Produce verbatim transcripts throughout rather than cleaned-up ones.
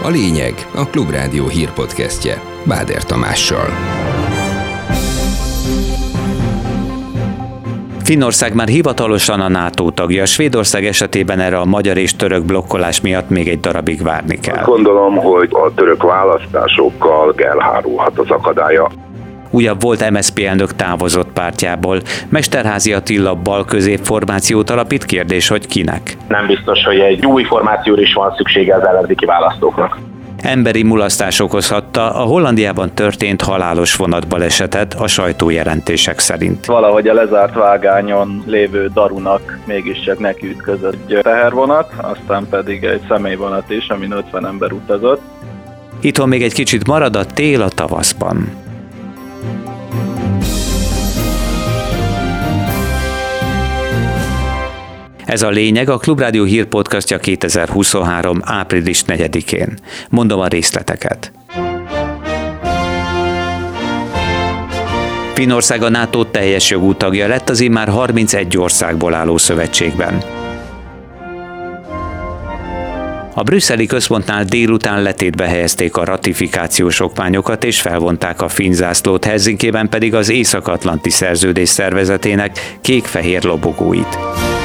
A lényeg a Klubrádió hírpodcastje Báder Tamással. Finnország már hivatalosan a NATO tagja, Svédország esetében erre a magyar és török blokkolás miatt még egy darabig várni kell. Gondolom, hogy a török választásokkal elhárulhat az akadálya. Újabb volt em es zé pé elnök távozott pártjából. Mesterházy Attila bal középformációt alapít, kérdés, hogy kinek? Nem biztos, hogy egy új formációra is van szüksége az ellenzéki választóknak. Emberi mulasztás okozhatta a Hollandiában történt halálos vonatbalesetet a sajtójelentések szerint. Valahogy a lezárt vágányon lévő darunak mégiscsak nekiütközött egy tehervonat, aztán pedig egy személyvonat is, amin ötven ember utazott. Itthon még egy kicsit marad a tél a tavaszban. Ez a lényeg, a Klubrádió hírpodcastja kétezer-huszonhárom. április negyedikén. Mondom a részleteket. Finnország a NATO teljes jogú tagja lett az immár harmincegy országból álló szövetségben. A brüsszeli központnál délután letétbe helyezték a ratifikációs okmányokat és felvonták a finn zászlót, Helsinkében pedig az Észak-Atlanti Szerződés Szervezetének kék-fehér lobogóit.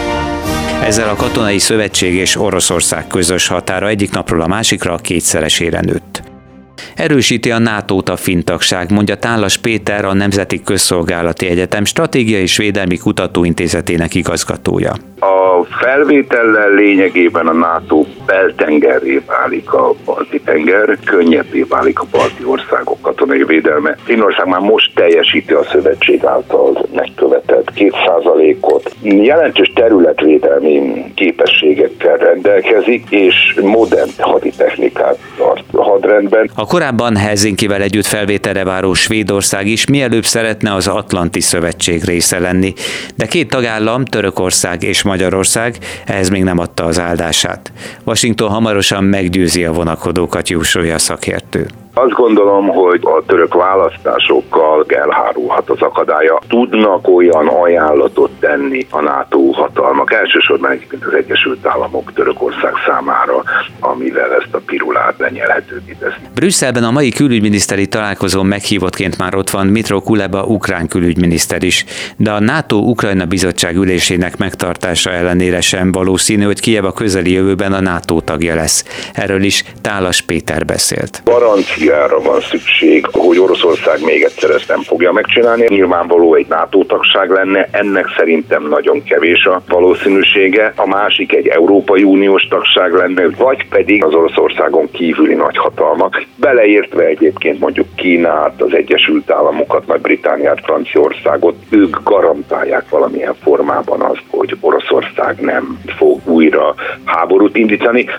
Ezzel a katonai szövetség és Oroszország közös határa egyik napról a másikra kétszeresére nőtt. Erősíti a nátót a finn tagság, mondja Tálas Péter, a Nemzeti Közszolgálati Egyetem Stratégiai és Védelmi Kutatóintézetének igazgatója. A felvétellel lényegében a NATO beltengerré válik a Balti-tenger, könnyebbé válik a balti országok katonai védelme. Finnország már most teljesíti a szövetség által megkövetelt két százalékot. Jelentős területvédelmi képességekkel rendelkezik, és modern haditechnikát tart a hadrendben. A korábban Helsinkivel együtt felvételre váró Svédország is mielőbb szeretne az Atlanti Szövetség része lenni, de két tagállam, Törökország és Magyarország ehhez még nem adta az áldását. Washington hamarosan meggyőzi a vonakodókat, jósolja a szakértő. Azt gondolom, hogy a török választásokkal elhárulhat az akadálya. Tudnak olyan ajánlatot tenni a NATO hatalmak, elsősorban egyébként az Egyesült Államok Törökország számára, amivel ezt a pirulát lenyelhetővé teszi. Brüsszelben a mai külügyminiszteri találkozón meghívottként már ott van Dmytro Kuleba ukrán külügyminiszter is, de a NATO-Ukrajna bizottság ülésének megtartása ellenére sem valószínű, hogy Kijev a közeli jövőben a NATO tagja lesz. Erről is Tálas Péter beszélt. Garanciára van szükség, hogy Oroszország még egyszer ezt nem fogja megcsinálni. Nyilvánvaló egy NATO tagság lenne, ennek szerintem nagyon kevés a valószínűsége. A másik egy Európai Uniós tagság lenne, vagy pedig az Oroszországon kívüli nagyhatalmak, beleértve egyébként mondjuk Kínát, az Egyesült Államokat, Nagy-Britanniát, Franciaországot, ők garantálják valamilyen formában azt, hogy Oroszország nem fog újra háborút indítani.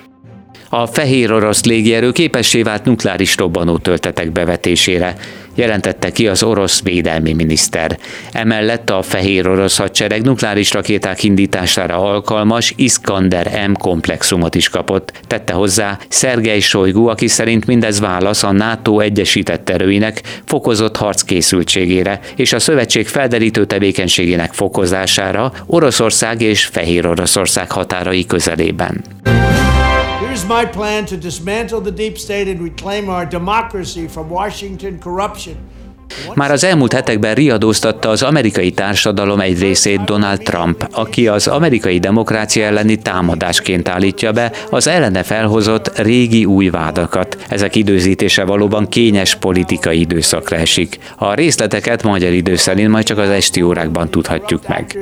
A fehér orosz légierő képessé vált nukleáris robbanótöltetek bevetésére, jelentette ki az orosz védelmi miniszter. Emellett a fehér orosz hadsereg nukleáris rakéták indítására alkalmas Iskander M komplexumot is kapott, tette hozzá Szergej Sojgu, aki szerint mindez válasz a NATO egyesített erőinek fokozott harckészültségére és a szövetség felderítő tevékenységének fokozására Oroszország és Fehér Oroszország határai közelében. Here's my plan to dismantle the deep state and reclaim our democracy from Washington corruption. Már az elmúlt hetekben riadóztatta az amerikai társadalom egy részét Donald Trump, aki az amerikai demokrácia elleni támadásként állítja be az ellene felhozott régi új vádakat. Ezek időzítése valóban kényes politikai időszakra esik. A részleteket magyar idő szerint majd csak az esti órákban tudhatjuk meg.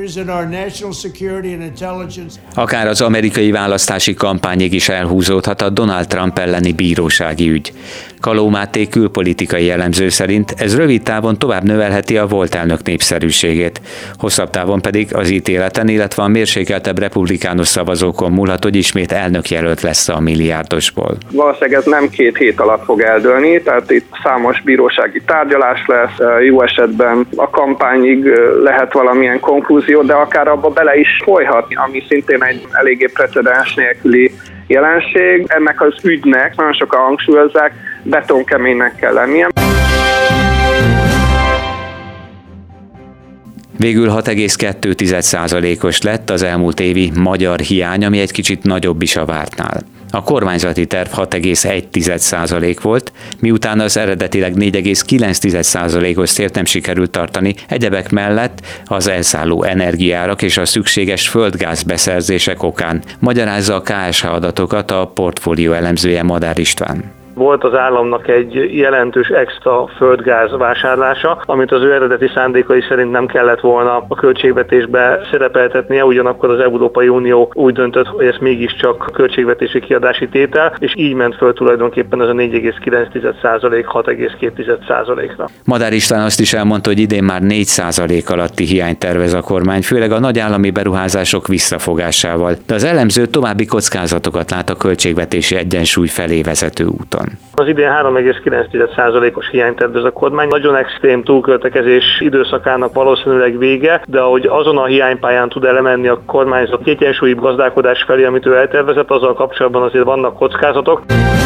Akár az amerikai választási kampányig is elhúzódhat a Donald Trump elleni bírósági ügy. Kaló Máté külpolitikai elemző szerint ez rövid távon tovább növelheti a volt elnök népszerűségét. Hosszabb távon pedig az ítéleten, illetve a mérsékeltebb republikánus szavazókon múlhat, hogy ismét elnökjelölt lesz a milliárdosból. Valószínűleg ez nem két hét alatt fog eldőlni, tehát itt számos bírósági tárgyalás lesz, jó esetben a kampányig lehet valamilyen konklúzió, de akár abba bele is folyhat, ami szintén egy eléggé precedens nélküli jelenség. Ennek az ügynek, nagyon sokan hangsúlyozzák, betonkeménynek kell lennie. Végül hat egész kettő százalékos lett az elmúlt évi magyar hiány, ami egy kicsit nagyobb is a vártnál. A kormányzati terv hat egész egy százalék volt, miután az eredetileg négy egész kilenc százalékos célt nem sikerült tartani, egyebek mellett az elszálló energiárak és a szükséges földgáz beszerzések okán, magyarázza a ká es há adatokat a portfólió elemzője Madár István. Volt az államnak egy jelentős extra földgáz vásárlása, amit az ő eredeti szándékai szerint nem kellett volna a költségvetésbe szerepeltetnie, ugyanakkor az Európai Unió úgy döntött, hogy ez mégiscsak költségvetési kiadási tétel, és így ment föl tulajdonképpen ez a négy egész kilenc százalék hat egész két százalékra. Madár István azt is elmondta, hogy idén már négy százalék alatti hiányt tervez a kormány, főleg a nagy állami beruházások visszafogásával, de az elemző további kockázatokat lát a költségvetési egyensúly felé vezető úton. Az idén három egész kilenc százalékos hiányt tervez a kormány. Nagyon extrém túlköltekezés időszakának valószínűleg vége, de ahogy azon a hiánypályán tud elemenni a kormányzat egyensúlyi gazdálkodás felé, amit ő eltervezett, azzal kapcsolatban azért vannak kockázatok.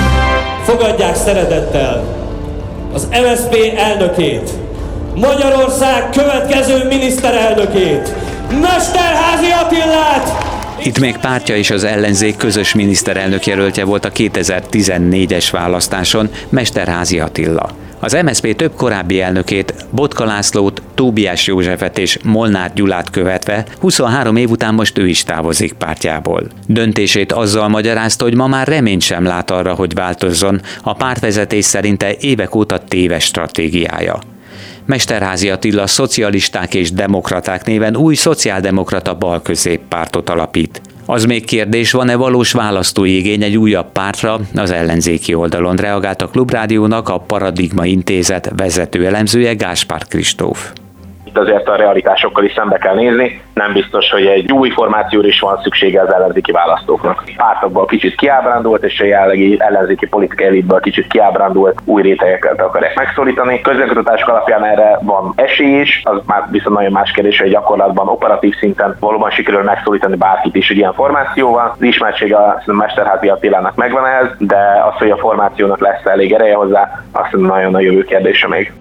Fogadják szeretettel az em es zé pé elnökét, Magyarország következő miniszterelnökét, Mesterházy Attilát! Itt még pártja és az ellenzék közös miniszterelnök jelöltje volt a kétezer-tizennégyes választáson, Mesterházy Attila. Az em es zé pé több korábbi elnökét, Botka Lászlót, Tóbiás Józsefet és Molnár Gyulát követve huszonhárom év után most ő is távozik pártjából. Döntését azzal magyarázta, hogy ma már reményt sem lát arra, hogy változzon, a pártvezetés szerinte évek óta téves stratégiája. Mesterházy Attila szocialisták és demokraták néven új szociáldemokrata balközéppártot alapít. Az még kérdés, van-e valós választói igény egy újabb pártra, az ellenzéki oldalon reagált a Klubrádiónak a Paradigma Intézet vezető elemzője, Gáspár Kristóf. Itt azért a realitásokkal is szembe kell nézni. Nem biztos, hogy egy új formációra is van szüksége az ellenzéki választóknak. Pártokból kicsit kiábrándult, és a jelenlegi ellenzéki politikai elitből kicsit kiábrándult új rétegeket akarják megszólítani. Közönkutatások alapján erre van esély is, az már viszont nagyon más kérdés, hogy gyakorlatban operatív szinten valóban sikerül megszólítani bárkit is egy ilyen formációval. Az ismertsége a Mesterházy Attilának megvan ehhez, de az, hogy a formációnak lesz elég ereje hozzá, azt nagyon a jövő kérdése még.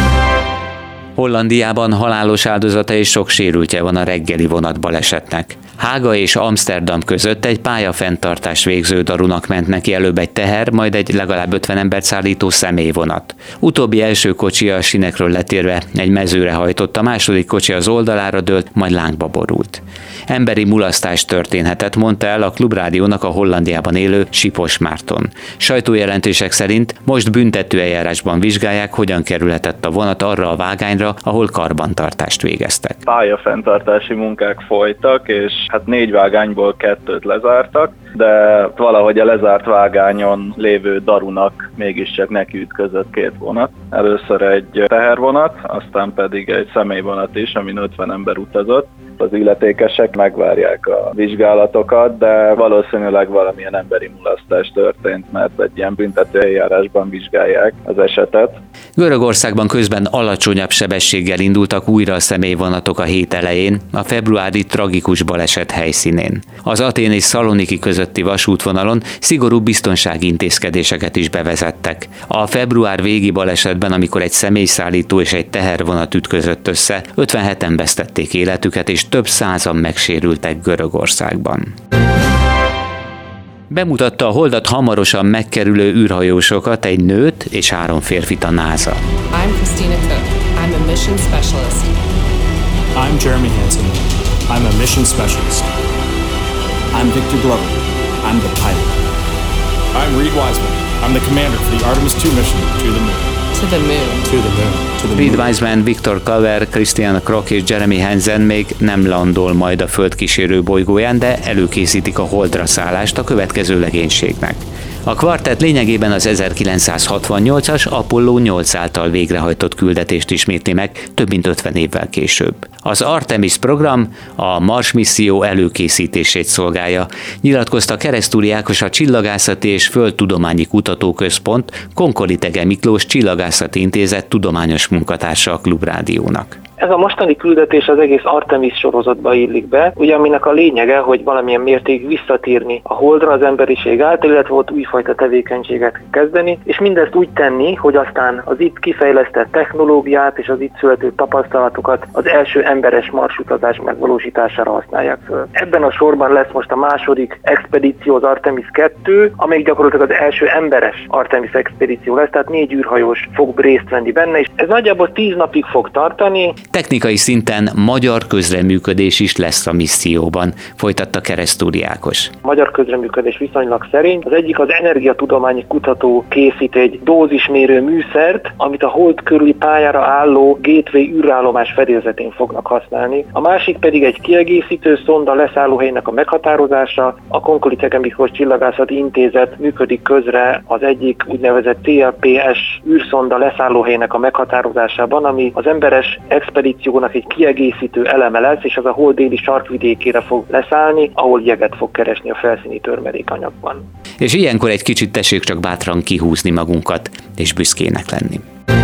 Hollandiában halálos áldozata és sok sérültje van a reggeli vonatbalesetnek. Hága és Amsterdam között egy pályafenntartást végző darunak ment neki előbb egy teher, majd egy legalább ötven embert szállító személyvonat. Utóbbi első kocsi a sinekről letérve egy mezőre hajtott, a második kocsi az oldalára dőlt, majd lángba borult. Emberi mulasztás történhetett, mondta el a Klubrádiónak a Hollandiában élő Sipos Márton. Sajtójelentések szerint most büntetőeljárásban vizsgálják, hogyan kerülhetett a vonat arra a vágányra, ahol karbantartást végeztek. Pályafenntartási munkák folytak, és hát négy vágányból kettőt lezártak, de valahogy a lezárt vágányon lévő darunak mégiscsak nekiütközött két vonat. Először egy tehervonat, aztán pedig egy személyvonat is, amin ötven ember utazott. Az illetékesek megvárják a vizsgálatokat, de valószínűleg valamilyen emberi mulasztás történt, mert egy ilyen büntető eljárásban vizsgálják az esetet. Görögországban közben alacsonyabb sebességgel indultak újra a személyvonatok a hét elején, a februári tragikus baleset helyszínén. Az Atén és Szaloniki közötti vasútvonalon szigorú biztonsági intézkedéseket is bevezettek. A február végi balesetben, amikor egy személyszállító és egy tehervonat ütközött össze, ötvenheten vesztették életüket és több százan megsérültek Görögországban. Bemutatta a Holdat hamarosan megkerülő űrhajósokat, egy nőt és három férfit a NASA. I'm Christina Cook. I'm a mission specialist. I'm Jeremy Hansen. I'm a mission specialist. I'm Victor Glover. I'm the pilot. I'm Reed Wiseman. I'm the commander for the Artemis two mission to the moon. To the moon. To the moon. To the moon. Reed Wiseman, Victor Glover, Christian Kroc és Jeremy Hansen még nem landol majd a Föld kísérő bolygóján, de előkészítik a Holdra szállást a következő legénységnek. A kvartett lényegében az ezerkilencszázhatvannyolcas Apollo nyolc által végrehajtott küldetést ismétli meg több mint ötven évvel később. Az Artemis program a Mars misszió előkészítését szolgálja, nyilatkozta Keresztúri Ákos, a Csillagászati és Földtudományi Kutatóközpont Konkolitege Miklós Csillagászati Intézet tudományos munkatársa a Klubrádiónak. Ez a mostani küldetés az egész Artemis sorozatba illik be, ugye aminek a lényege, hogy valamilyen mértékig visszatérni a Holdra az emberiség által, illetve ott újfajta tevékenységet kezdeni, és mindezt úgy tenni, hogy aztán az itt kifejlesztett technológiát és az itt születő tapasztalatokat az első emberes marsutazás megvalósítására használják föl. Ebben a sorban lesz most a második expedíció, az Artemis kettő, amelyik gyakorlatilag az első emberes Artemis expedíció lesz, tehát négy űrhajós fog részt venni benne, és ez nagyjából tíz napig fog tartani. Technikai szinten magyar közreműködés is lesz a misszióban, folytatta Keresztúri Ákos. Magyar közreműködés viszonylag szerint. Az egyik az energiatudományi kutató készít egy dózismérő műszert, amit a Hold körüli pályára álló Gateway űrállomás fedélzetén fognak használni. A másik pedig egy kiegészítő szonda leszállóhelynek a meghatározása. A Konkoly Miklós Csillagászati Intézet működik közre az egyik úgynevezett té el pé es űrszonda leszállóhelynek a meghatározásában, ami az emberes expedíciónak egy kiegészítő eleme lesz, és az a Hold déli sarkvidékére fog leszállni, ahol jeget fog keresni a felszíni törmelékanyagban. És ilyenkor egy kicsit tessék csak bátran kihúzni magunkat, és büszkének lenni.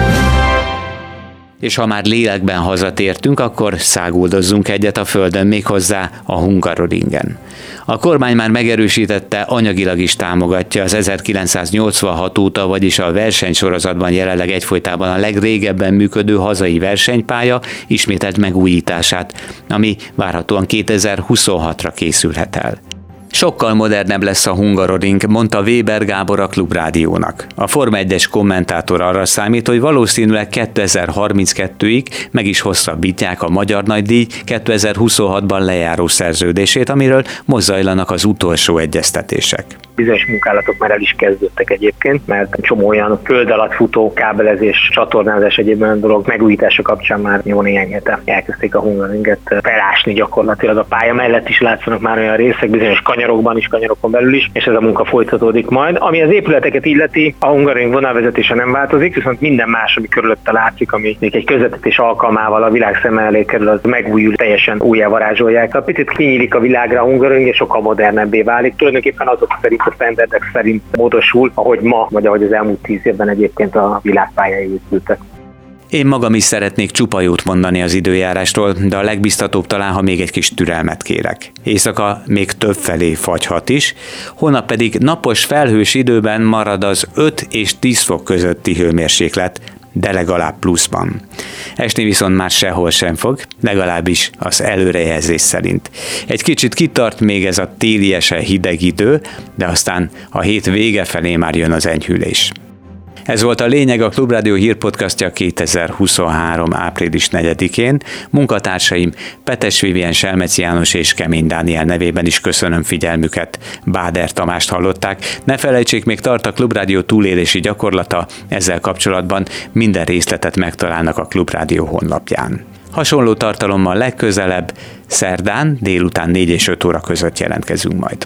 És ha már lélekben hazatértünk, akkor száguldozzunk egyet a Földön, méghozzá a Hungaroringen. A kormány már megerősítette, anyagilag is támogatja az ezerkilencszáznyolcvanhat óta, vagyis a versenysorozatban jelenleg egyfolytában a legrégebben működő hazai versenypálya ismételt megújítását, ami várhatóan kétezer-huszonhatra készülhet el. Sokkal modernebb lesz a Hungaroring, mondta Weber Gábor a Klubrádiónak. A Forma egyes kommentátor arra számít, hogy valószínűleg kétezer-harminckettőig meg is hosszabbítják a Magyar Nagydíj kétezer-huszonhatban lejáró szerződését, amiről most zajlanak az utolsó egyeztetések. Bizonyos munkálatok már el is kezdődtek egyébként, mert csomó olyan föld alatt futó kábelezés, csatornázás, egyéb olyan dolog megújítása kapcsán már jó néhány hete elkezdték a Hungaroringet felásni gyakorlatilag a pálya mellett is látszanak már olyan részek, bizonyos kanyarokban is, kanyarokon belül is, és ez a munka folytatódik majd. Ami az épületeket illeti, a Hungaroring vonalvezetése nem változik, viszont minden más, ami körülötte látszik, ami még egy közvetítés alkalmával a világ szeme elé kerül, az megújul, teljesen újjávarázsolják. A picit kinyílik a világra a Hungaroring, és sokkal modernebbé válik. Tulajdonképpen azok szerint a standardek szerint módosul, ahogy ma, vagy ahogy az elmúlt tíz évben egyébként a világpályái épültek. Én magam is szeretnék csupa jót mondani az időjárástól, de a legbiztatóbb talán, ha még egy kis türelmet kérek. Éjszaka még több felé fagyhat is, holnap pedig napos felhős időben marad az öt és tíz fok közötti hőmérséklet, de legalább pluszban. Esni viszont már sehol sem fog, legalábbis az előrejelzés szerint. Egy kicsit kitart még ez a téliesen hideg idő, de aztán a hét vége felé már jön az enyhülés. Ez volt a lényeg, a Klubrádió hírpodcastja kétezer-huszonhárom. április negyedikén. Munkatársaim Petes Vivien, Selmeci János és Kemény Dániel nevében is köszönöm figyelmüket. Báder Tamást hallották. Ne felejtsék, még tart a Klubrádió túlélési gyakorlata, ezzel kapcsolatban minden részletet megtalálnak a Klubrádió honlapján. Hasonló tartalommal legközelebb, szerdán délután négy és öt óra között jelentkezünk majd.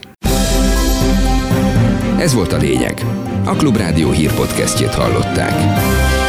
Ez volt a lényeg. A Klubrádió hírpodcastjét hallották.